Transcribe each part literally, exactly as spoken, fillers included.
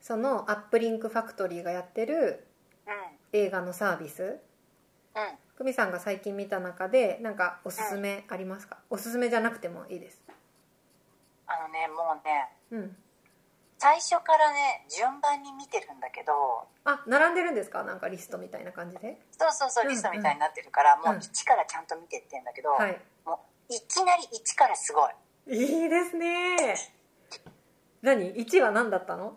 そのアップリンクファクトリーがやってる映画のサービス、うん、久美さんが最近見た中でなんかおすすめありますか？うん、おすすめじゃなくてもいいです。 あのね、もうね、 うん、 最初からね順番に見てるんだけど。 あ、並んでるんですか？なんかリストみたいな感じで。 そうそうそう、リストみたいになってるから、 うんうん、 もういちからちゃんと見てってんだけど、 はい、 もういきなりいちからすごいいいですね。何？ いち は何だったの？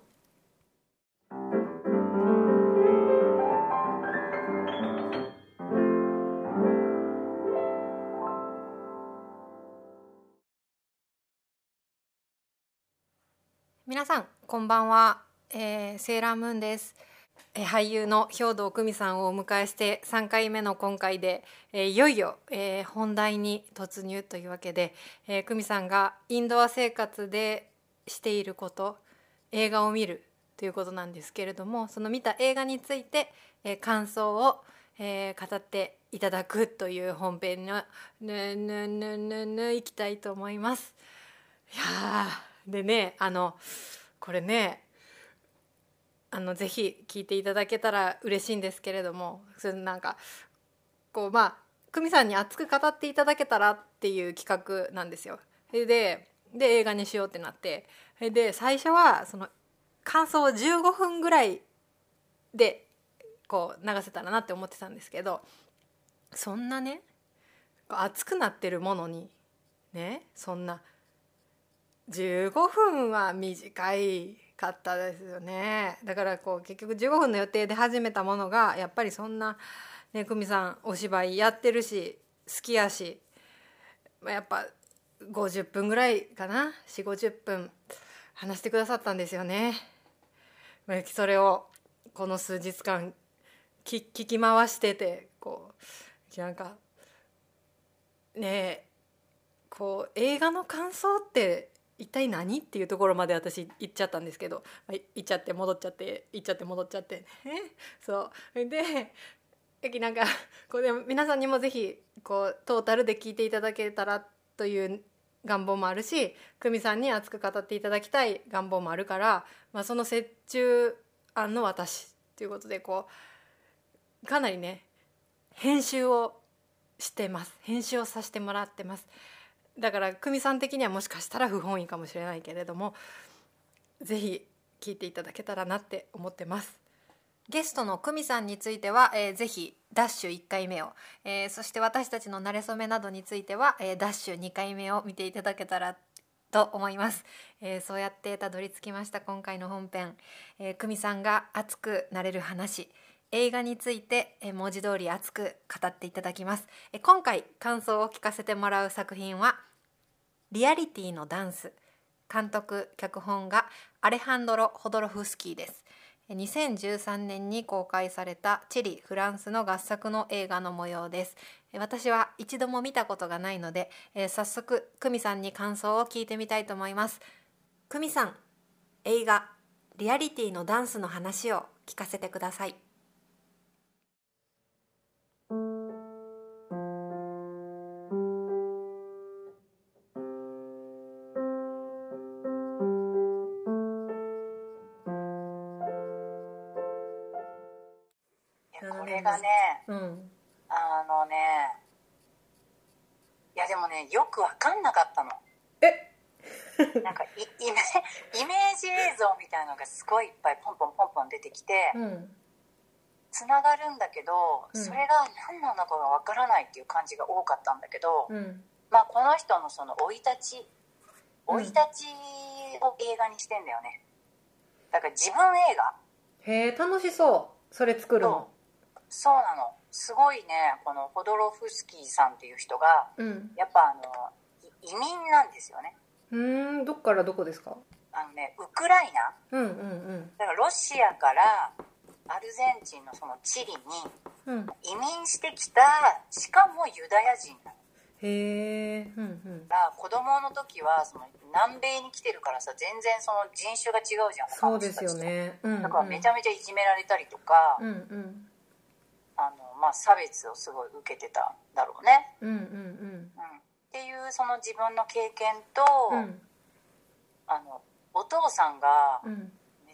皆さんこんばんは、えー、セーラームーンです。えー、俳優の兵藤久美さんをお迎えしてさんかいめの今回で、えー、いよいよ、えー、本題に突入というわけで、えー、久美さんがインドア生活でしていること、映画を見るということなんですけれども、その見た映画について、えー、感想を、えー、語っていただくという本編のぬぬぬぬぬいきたいと思います。いやでね、あのこれね、あのぜひ聞いていただけたら嬉しいんですけれども、それなんかこうまあ久美さんに熱く語っていただけたらっていう企画なんですよ。でで映画にしようってなって、で最初はその感想をじゅうごふんぐらいでこう流せたらなって思ってたんですけど、そんなね熱くなってるものにね、そんなじゅうごふんは短いかったですよね。だからこう結局じゅうごふんの予定で始めたものがやっぱりそんなね、久美さんお芝居やってるし好きやし、やっぱごじゅっぷんぐらいかな、よんじゅうごじゅっぷん話してくださったんですよね。それをこの数日間聞, 聞き回してて、こうなんかねえ、こう映画の感想って一体何っていうところまで私行っちゃったんですけど、行っちゃって戻っちゃって行っちゃって戻っちゃってねそうでなんかこうでも皆さんにもぜひこうトータルで聞いていただけたらという願望もあるし、久美さんに熱く語っていただきたい願望もあるから、まあ、その折衷案の私ということで、こうかなりね編集をしてます。編集をさせてもらってます。だから久美さん的にはもしかしたら不本意かもしれないけれども、ぜひ聞いていただけたらなって思ってます。ゲストの久美さんについては、えー、ぜひダッシュいっかいめを、えー、そして私たちの馴れ初めなどについては、えー、ダッシュにかいめを見ていただけたらと思います。えー、そうやってたどり着きました今回の本編、えー、久美さんが熱くなれる話、映画について文字通り熱く語っていただきます。今回感想を聞かせてもらう作品はリアリティのダンス、監督脚本がアレハンドロ・ホドロフスキーです。にせんじゅうさんねんに公開されたチリ・フランスの合作の映画の模様です。私は一度も見たことがないので、早速久美さんに感想を聞いてみたいと思います。久美さん、映画リアリティのダンスの話を聞かせてください。 これがね、うん、あのね、いやでもねよく分かんなかったの。 えなんかイ, イ, メイメージ映像みたいなのがすごいいっぱいポンポンポンポン出てきて、うん、つながるんだけど、うん、それが何なのかが分からないっていう感じが多かったんだけど、うん、まあこの人のその生い立ち生い立ちを映画にしてんだよね。だから自分映画。 へえ、楽しそう。それ作るの。 そうなの。すごいね、このホドロフスキーさんっていう人が、うん、やっぱあの移民なんですよね。 うーん、どっからどこですか？ あのね、ウクライナ、 うんうんうん、 だからロシアからアルゼンチンのそのチリに移民してきた、しかもユダヤ人なの。 へえ、うんうん。 子供の時はその南米に来てるからさ、全然その人種が違うじゃん。 そうですよね。 うんうん、だからめちゃめちゃいじめられたりとか、うんうん、あのまあ、差別をすごい受けてたんだろうね。うんうんうんうん、っていうその自分の経験と、うん、あのお父さんがめ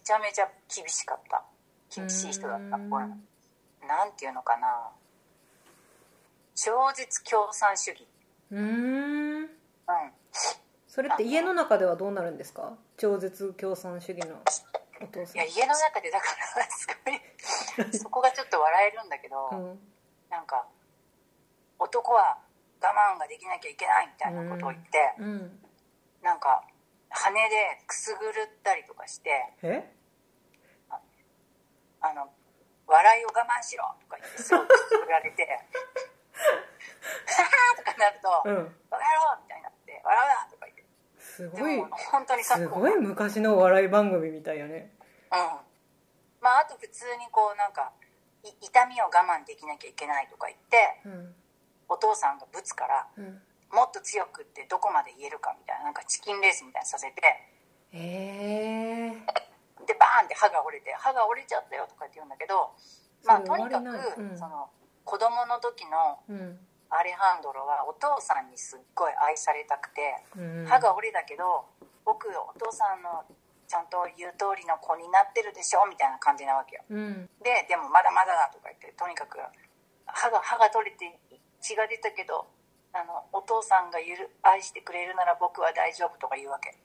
ちゃめちゃ厳しかった。厳しい人だった。これなんていうのかな、超絶共産主義。 うーん、うん、それってあ家の中ではどうなるんですか？超絶共産主義のお父さん。 いや家の中でだからすごいそこがちょっと笑えるんだけど、 うん、 なんか男は我慢ができなきゃいけないみたいなことを言って、 うんうん、 なんか羽でくすぐるったりとかして、 えああの笑いを我慢しろとか言ってすごいくすぐられてハハーとかなると、うん、バカ野郎みたいになって笑うなとか言って、 すごい本当にすごい昔のお笑い番組みたいやね。 うん、まああと普通にこうなんか痛みを我慢できなきゃいけないとか言って、うん、お父さんがぶつから、うん、もっと強くってどこまで言えるかみたいな、なんかチキンレースみたいにさせて、 えー、 でバーンって歯が折れて歯が折れちゃったよとかって言うんだけど、まあとにかく、うん、その子供の時のアレハンドロはお父さんにすっごい愛されたくて、うん、歯が折れたけど僕お父さんのちゃんと言う通りの子になってるでしょみたいな感じなわけよ、うん、ででもまだまだだとか言って、とにかく歯が歯が取れて血が出たけどあのお父さんがゆる愛してくれるなら僕は大丈夫とか言うわけ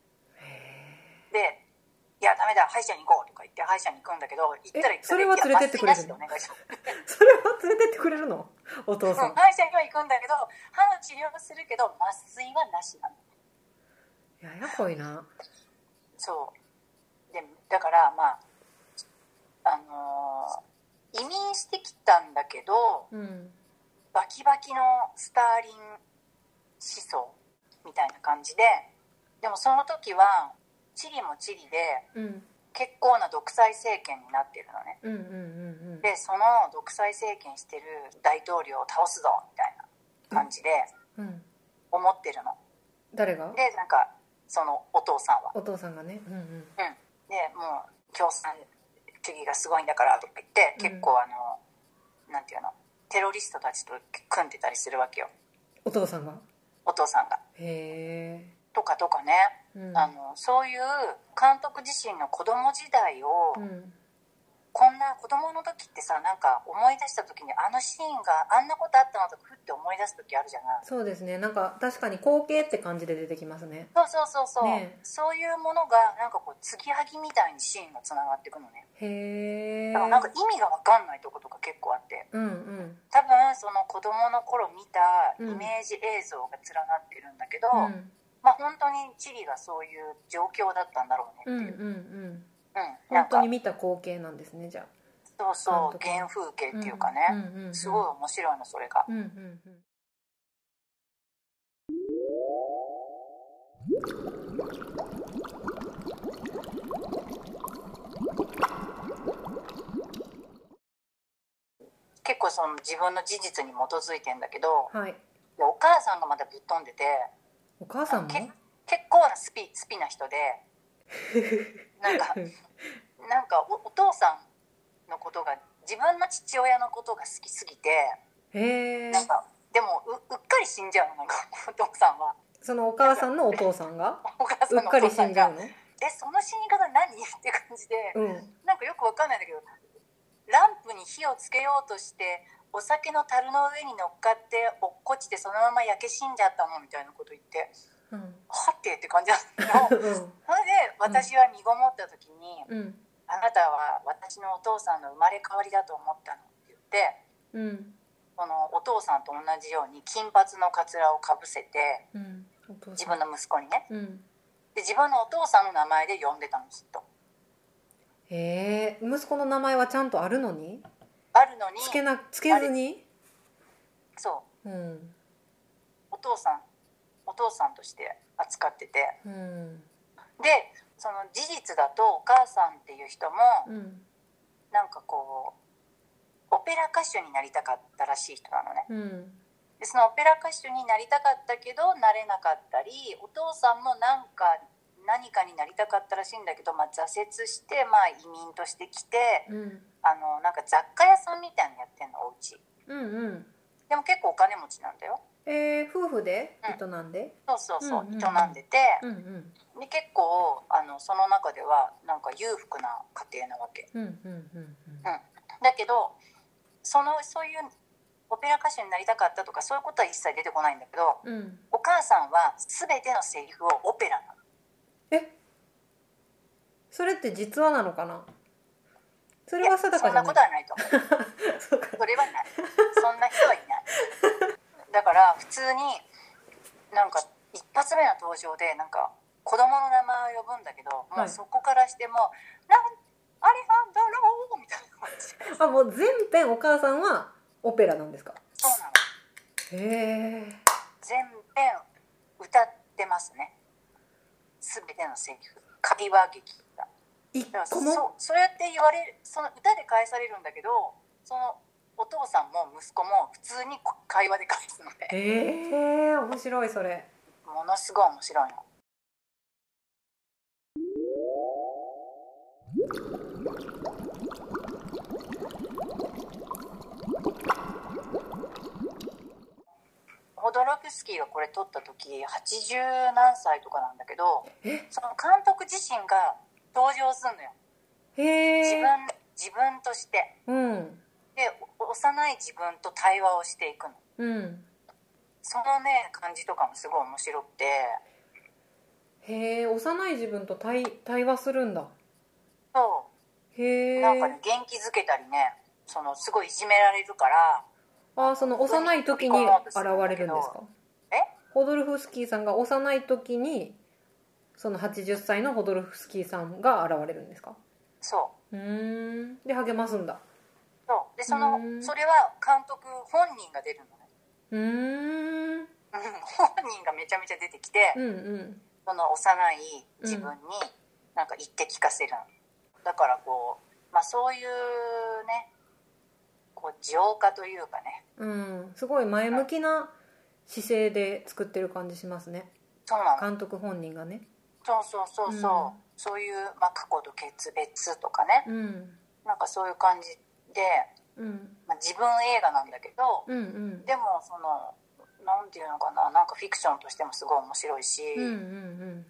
で、いやダメだ歯医者に行こうとか言って歯医者に行くんだけど、行ったら行ったら、 それは連れてってくれるの？それは連れてってくれるのお父さん、うん、 歯医者には行くんだけど歯の治療をするけど麻酔はなしなの。 ややこいな。 そうでだからまああのー、移民してきたんだけど、うん、バキバキのスターリン思想みたいな感じで、でもその時はチリもチリで、うん、結構な独裁政権になってるのね、うんうんうんうん、でその独裁政権してる大統領を倒すぞみたいな感じで思ってるの、 うん、誰が？ でなんかそのお父さんはお父さんがね、うんうんうん、 でもう共産主義がすごいんだからとか言って、結構あの、うん、なんていうの、テロリストたちと組んでたりするわけよ、お父さんがお父さんがへえとかとかね、うん、あのそういう監督自身の子供時代を、うん、こんな子供の時ってさ、なんか思い出した時にあのシーンがあんなことあったのとかふって思い出す時あるじゃない。 そうですね、なんか確かに光景って感じで出てきますね。 そうそうそうそう、ね、そういうものがなんかこう継ぎはぎみたいにシーンがつながっていくのね。へえ。だからなんか意味が分かんないとことか結構あって、うんうん、多分その子供の頃見たイメージ映像が連なってるんだけど、うん、まあ本当にチリがそういう状況だったんだろうねっていう、うんうんうん、 本当に見た光景なんですね。じゃあそうそう原風景っていうかね、うんうんうんうん、すごい面白いのそれが、うんうんうん、結構その自分の事実に基づいてんだけど、はい、お母さんがまだぶっ飛んでて、 お母さんも結構なスピ、スピな人でなんかなんか お, お父さんのことが自分の父親のことが好きすぎて、へなんかでも う, うっかり死んじゃうの、なんかお父さんは。 そのお母さんのお父さんがお母さんのお父さんがうっかり死んじゃうの？えその死に方何って感じで、うん、なんかよくわかんないんだけど、ランプに火をつけようとしてお酒の樽の上に乗っかって落っこちてそのまま焼け死んじゃったのみたいなこと言って、うん、はってって感じなんだけど、うん、それで私は身ごもった時に、うん、あなたは私のお父さんの生まれ変わりだと思ったのって言って、うん、そのお父さんと同じように金髪のかつらをかぶせて、うん、自分の息子にね、うん、で自分のお父さんの名前で呼んでたのずっと。 へえ、息子の名前はちゃんとあるのにあるのにつけな、つけずに、 そう、うん、お父さんお父さんとして扱ってて、うん、でその事実だとお母さんっていう人も、うん、なんかこうオペラ歌手になりたかったらしい人なのね、うん、でそのオペラ歌手になりたかったけどなれなかったり、お父さんもなんか何かになりたかったらしいんだけど、まあ、挫折して、まあ、移民として来て、うん、あのなんか雑貨屋さんみたいなのやってんのお家、うんうん、でも結構お金持ちなんだよ。 えー、夫婦で営んで、 うん、そうそうそう、うんうん、営んでて、うんうん、 で結構あのその中ではなんか裕福な家庭なわけ、 うんうんうんうんうん、だけどそのそういうオペラ歌手になりたかったとかそういうことは一切出てこないんだけど、 うん、 お母さんは全てのセリフをオペラなの。 え、それって実話なのかな。それは定かじゃない。 そんなことはないと思うそうか。 それはない、そんな人はいないだから普通になんか一発目の登場でなんか子供の名前を呼ぶんだけど、もうそこからしてもなんアレハンドローみたいな感じであ、もう全編お母さんはオペラなんですか。 そうなの。 へえ。 全編歌ってますね。すべてのセリフ、会話劇が。 一だから個も。 そそうやって言われる、その歌で返されるんだけど、そのお父さんも息子も普通に会話で返すので、 へえ、面白いそれ。 ものすごい面白いの。ホドロフスキーがこれ撮った時はちじゅう何歳とかなんだけど、その監督自身が登場するのよ。 へえ。 自分自分として、 うん、 で幼い自分と対話をしていくの、 うん、 そのね感じとかもすごい面白くて。 へえ、幼い自分と対対話するんだ。 そうへえ。 なんかね元気づけたりね、そのすごいいじめられるから、 あ、その幼い時に現れるんですか。 えホドルフスキーさんが幼い時にそのはちじゅっさいのホドルフスキーさんが現れるんですか。 そううーん、で励ますんだ。 そうでそのうんそれは監督本人が出るのね。 うーん、 うん本人がめちゃめちゃ出てきて、 うんうん、 その幼い自分になんか言って聞かせるの、だからこう、まあ、そういうねこう浄化というかね、 うん、すごい前向きな姿勢で作ってる感じしますね。 そうなの。 監督本人がね。 そうそうそうそう、 うん、 そういう、まあ、過去と決別とかね、 うん、 なんかそういう感じで、 うんまあ、自分映画なんだけど、 うんうん、 でもそのなんていうのかな、なんかフィクションとしてもすごい面白いし、 うんうんうん、 うん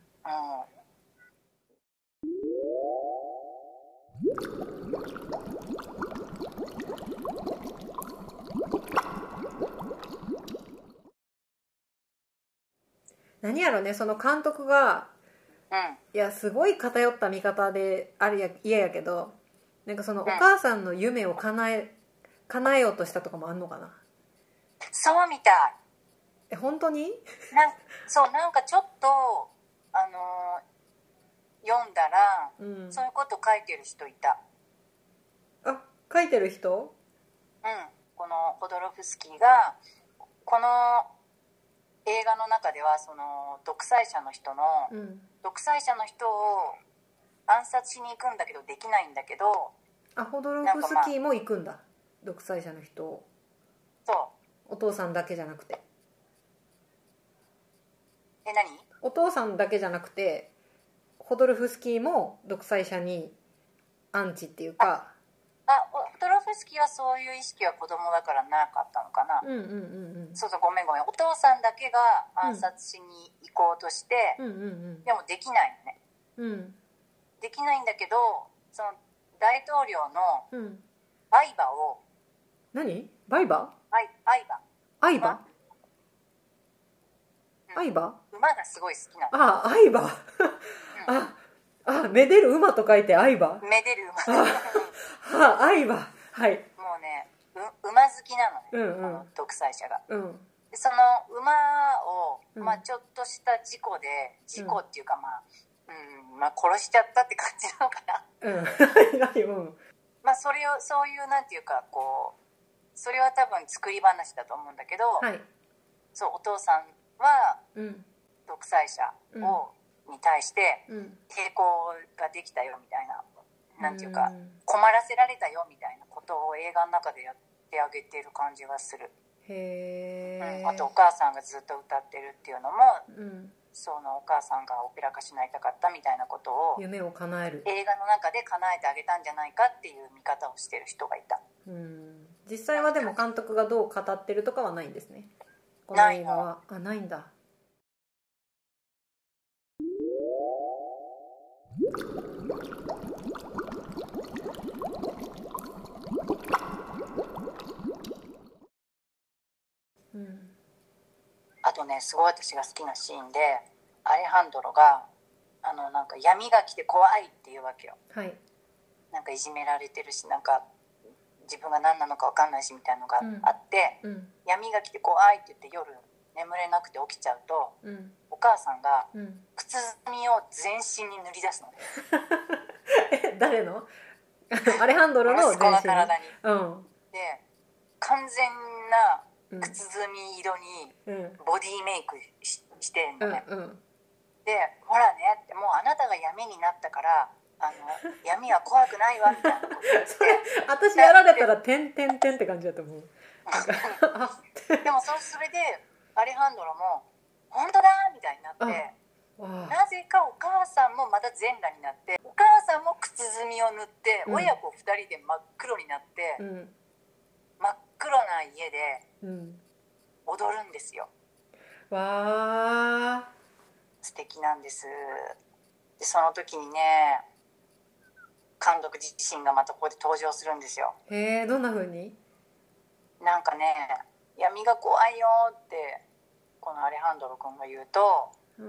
何やろね、その監督が、 うん、 いやすごい偏った見方であるや嫌やけど、なんかそのお母さんの夢を叶え叶えようとしたとかもあんのかな。 そうみたい。 え、本当に？ なんそうなんかちょっとあのー読んだら、うん、そういうこと書いてる人いた。 あ、書いてる人？ うん、このホドロフスキーがこの映画の中ではその独裁者の人の、うん、独裁者の人を暗殺しに行くんだけどできないんだけど、 あ、ホドロフスキーも行くんだ、まあ、独裁者の人を。 そうお父さんだけじゃなくて。 え、何？ お父さんだけじゃなくてホドロフスキーも独裁者にアンチっていうか。 あ、ホドロフスキーはそういう意識は子供だからなかったのかな。 うんうんうんうん。 そうそう、ごめんごめん。お父さんだけが暗殺しに行こうとして、 うんうんうんうん、 でもできないのね。うん。できないんだけど、その大統領のバイバを、 うん、何？バイバ？ アイバイバ。 アイバ？アイバ？ 馬がすごい好きなの。あ、アイバ。あ、あ、めでる馬と書いてアイバ。 めでる馬。 あ、アイバ。はい。 もうね、う馬好きなのね、 うんうん、 この独裁者が。 うん、 でその馬を、まあ、ちょっとした事故で、事故っていうか、まあ、うんまあ、殺しちゃったって感じなのかな。うん。まあそれをそういうなんていうかこうそれは多分作り話だと思うんだけど、はい、そうお父さんは独裁者を、うん、に対して抵抗ができたよみたいな、うん、なんていうか困らせられたよみたいなことを映画の中でやってあげてる感じがする。へー、うん、あとお母さんがずっと歌ってるっていうのも、うん、そのお母さんがオペラ歌手になりたかったみたいなことを夢を叶える映画の中で叶えてあげたんじゃないかっていう見方をしてる人がいた。 うん、実際はでも監督がどう語ってるとかはないんですね、この映画は。ないの。あ、ないんだ。 ねすごい私が好きなシーンで、アレハンドロがあのなんか闇が来て怖いっていうわけよ、 はい、 なんかいじめられてるし、なんか自分が何なのか分かんないしみたいなのがあって、うんうん、闇が来て怖いって言って夜眠れなくて起きちゃうと、うん、お母さんが靴墨を全身に塗り出すのねえ誰のアレハンドロの息子の体に、 うん、 で完全な靴墨色にボディメイク し, してんのね、うんうん、でほらねって、もうあなたが闇になったからあの闇は怖くないわみたいなこと言って私やられたらてんてんてんって感じだと思うでも そ, それでアレハンドロも本当だみたいになって、なぜかお母さんもまた全裸になって、お母さんも靴墨を塗って、うん、親子ふたりで真っ黒になって、うん、真っ黒な家で踊るんですよ、 うん、わー素敵なんです。でその時にね監督自身がまたここで登場するんですよ。 へえ、どんな風に？ なんかね、闇が怖いよってこのアレハンドロ君が言うと、うん、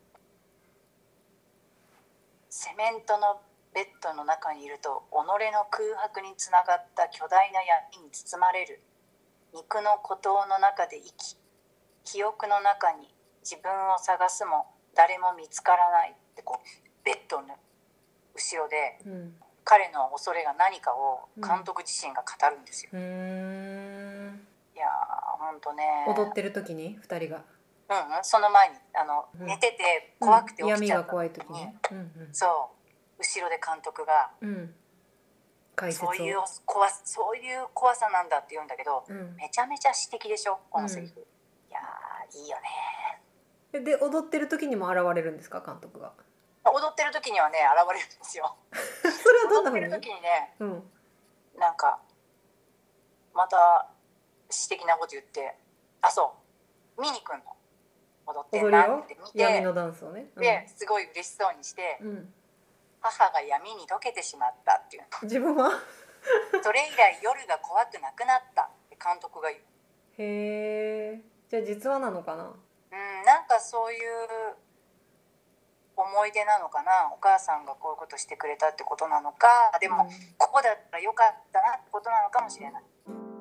セメントのベッドの中にいると己の空白につながった巨大な闇に包まれる。肉の孤島の中で生き、記憶の中に自分を探すも誰も見つからないってこうベッドの後ろで、うん、彼の恐れが何かを監督自身が語るんですよ、うん、いやほんとね。 踊ってる時にふたりが、 うんうん、その前にあの、うん、寝てて怖くて起きちゃった時に、 闇が怖い時に、うんうん、 そう後ろで監督が、うん、そういう怖そういう怖さなんだって言うんだけど、うん、めちゃめちゃ詩的でしょこのセリフ、うん、いやいいよね。で踊ってる時にも現れるんですか監督が？ 踊ってる時にはね現れるんですよそれはどんな風に？ 踊ってる時にね、うん、なんかまた詩的なこと言って、あそう見に来んの、踊ってんなって見て、 闇のダンスをね、 うん、ですごい嬉しそうにして、うん、母が闇に溶けてしまったっていうの。 自分はそれ以来夜が怖くなくなったって監督が言う。 へえ、じゃあ実話なのかな？ うん、なんかそういう思い出なのかな。お母さんがこういうことしてくれたってことなのか、でも、うん、ここだったらよかったなってことなのかもしれない。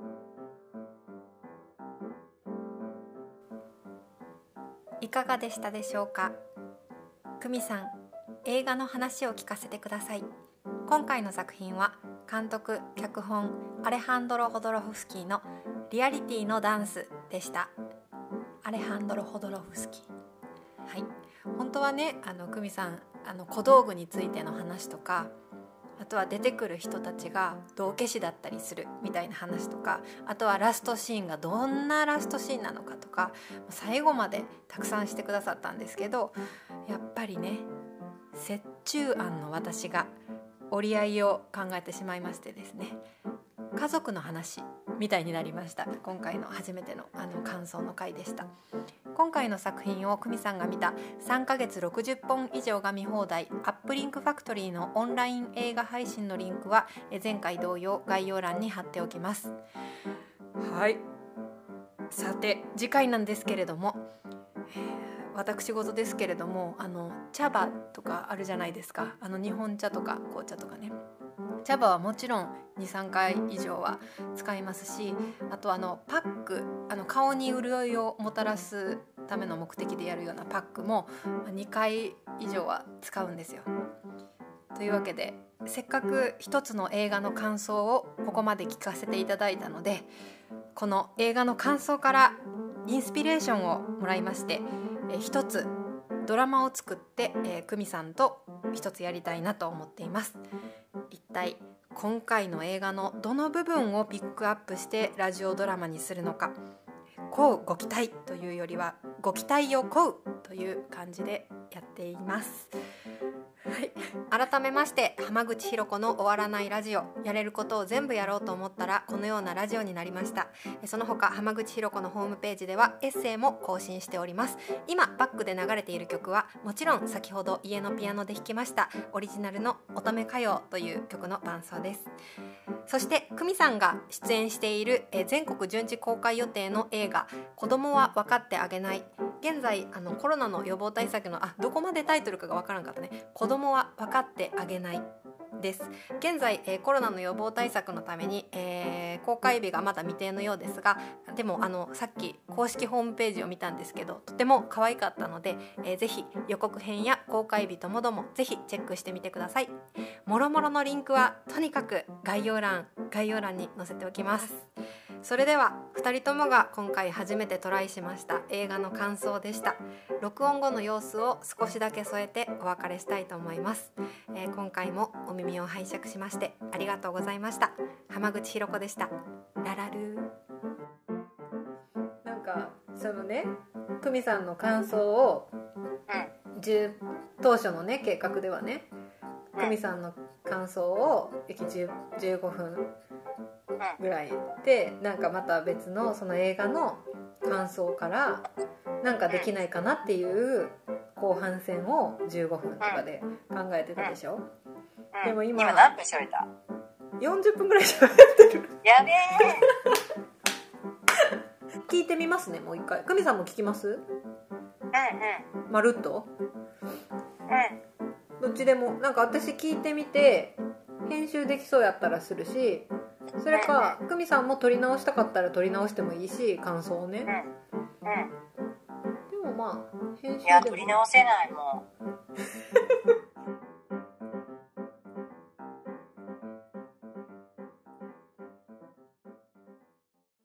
いかがでしたでしょうか。久美さん、映画の話を聞かせてください。今回の作品は監督・脚本アレハンドロ・ホドロフスキーのリアリティのダンスでした。アレハンドロ・ホドロフスキー、はい、本当はね、あの久美さん、あの小道具についての話とか、あとは出てくる人たちが道化師だったりするみたいな話とか、あとはラストシーンがどんなラストシーンなのかとか、最後までたくさんしてくださったんですけど、やっぱりね、折衷案の私が折り合いを考えてしまいましてですね、家族の話みたいになりました。今回の初めてのあの感想の回でした。今回の作品を久美さんが見たさんかげつろくじゅっぽん以上が見放題アップリンクファクトリーのオンライン映画配信のリンクは前回同様概要欄に貼っておきます。はい、さて次回なんですけれども、私事ですけれども、あの茶葉とかあるじゃないですか。あの日本茶とか紅茶とかね、茶葉はもちろん にさんかい以上は使いますし、あとあのパック、あの顔に潤いをもたらすための目的でやるようなパックもにかい以上は使うんですよ。というわけで、せっかく一つの映画の感想をここまで聞かせていただいたので、この映画の感想からインスピレーションをもらいまして、え一つドラマを作って、えー、久美さんと一つやりたいなと思っています。一体今回の映画のどの部分をピックアップしてラジオドラマにするのか、こうご期待というよりはご期待をこうという感じでやっています。 はい、改めまして浜口ひろ子の終わらないラジオ。やれることを全部やろうと思ったらこのようなラジオになりました。その他浜口ひろ子のホームページではエッセイも更新しております。今バックで流れている曲はもちろん先ほど家のピアノで弾きましたオリジナルの乙女歌謡という曲の伴奏です。そして久美さんが出演している全国順次公開予定の映画子供は分かってあげない、現在あのコロナの予防対策のあどこまでタイトルかが分からんかったね。子供は分かってあげないです。現在、えー、コロナの予防対策のために、えー、公開日がまだ未定のようですが、でもあのさっき公式ホームページを見たんですけどとても可愛かったので、えー、ぜひ予告編や公開日ともどもぜひチェックしてみてください。もろもろのリンクはとにかく概要欄概要欄に載せておきます。それではふたりともが今回初めてトライしました映画の感想でした。録音後の様子を少しだけ添えてお別れしたいと思います。えー、今回もお耳を拝借しましてありがとうございました。浜口ひろ子でした。ララルー。なんかそのね久美さんの感想を当初のね計画ではね久美さんの感想をじゅうごふんぐらいでなんかまた別のその映画の感想からなんかできないかなっていう後半戦をじゅうごふんとかで考えてたでしょ、うんうん、でも 今, 今何分しゃべった？ よんじゅっぷんぐらいしゃべってる。 やべえ聞いてみますねもう一回。久美さんも聞きます？うんうんまるっとうんどっちでもなんか私聞いてみて編集できそうやったらするし、それか久美さんも撮り直したかったら撮り直してもいいし感想をね、 うんうん、 でもまあ編集でもいや撮り直せないもん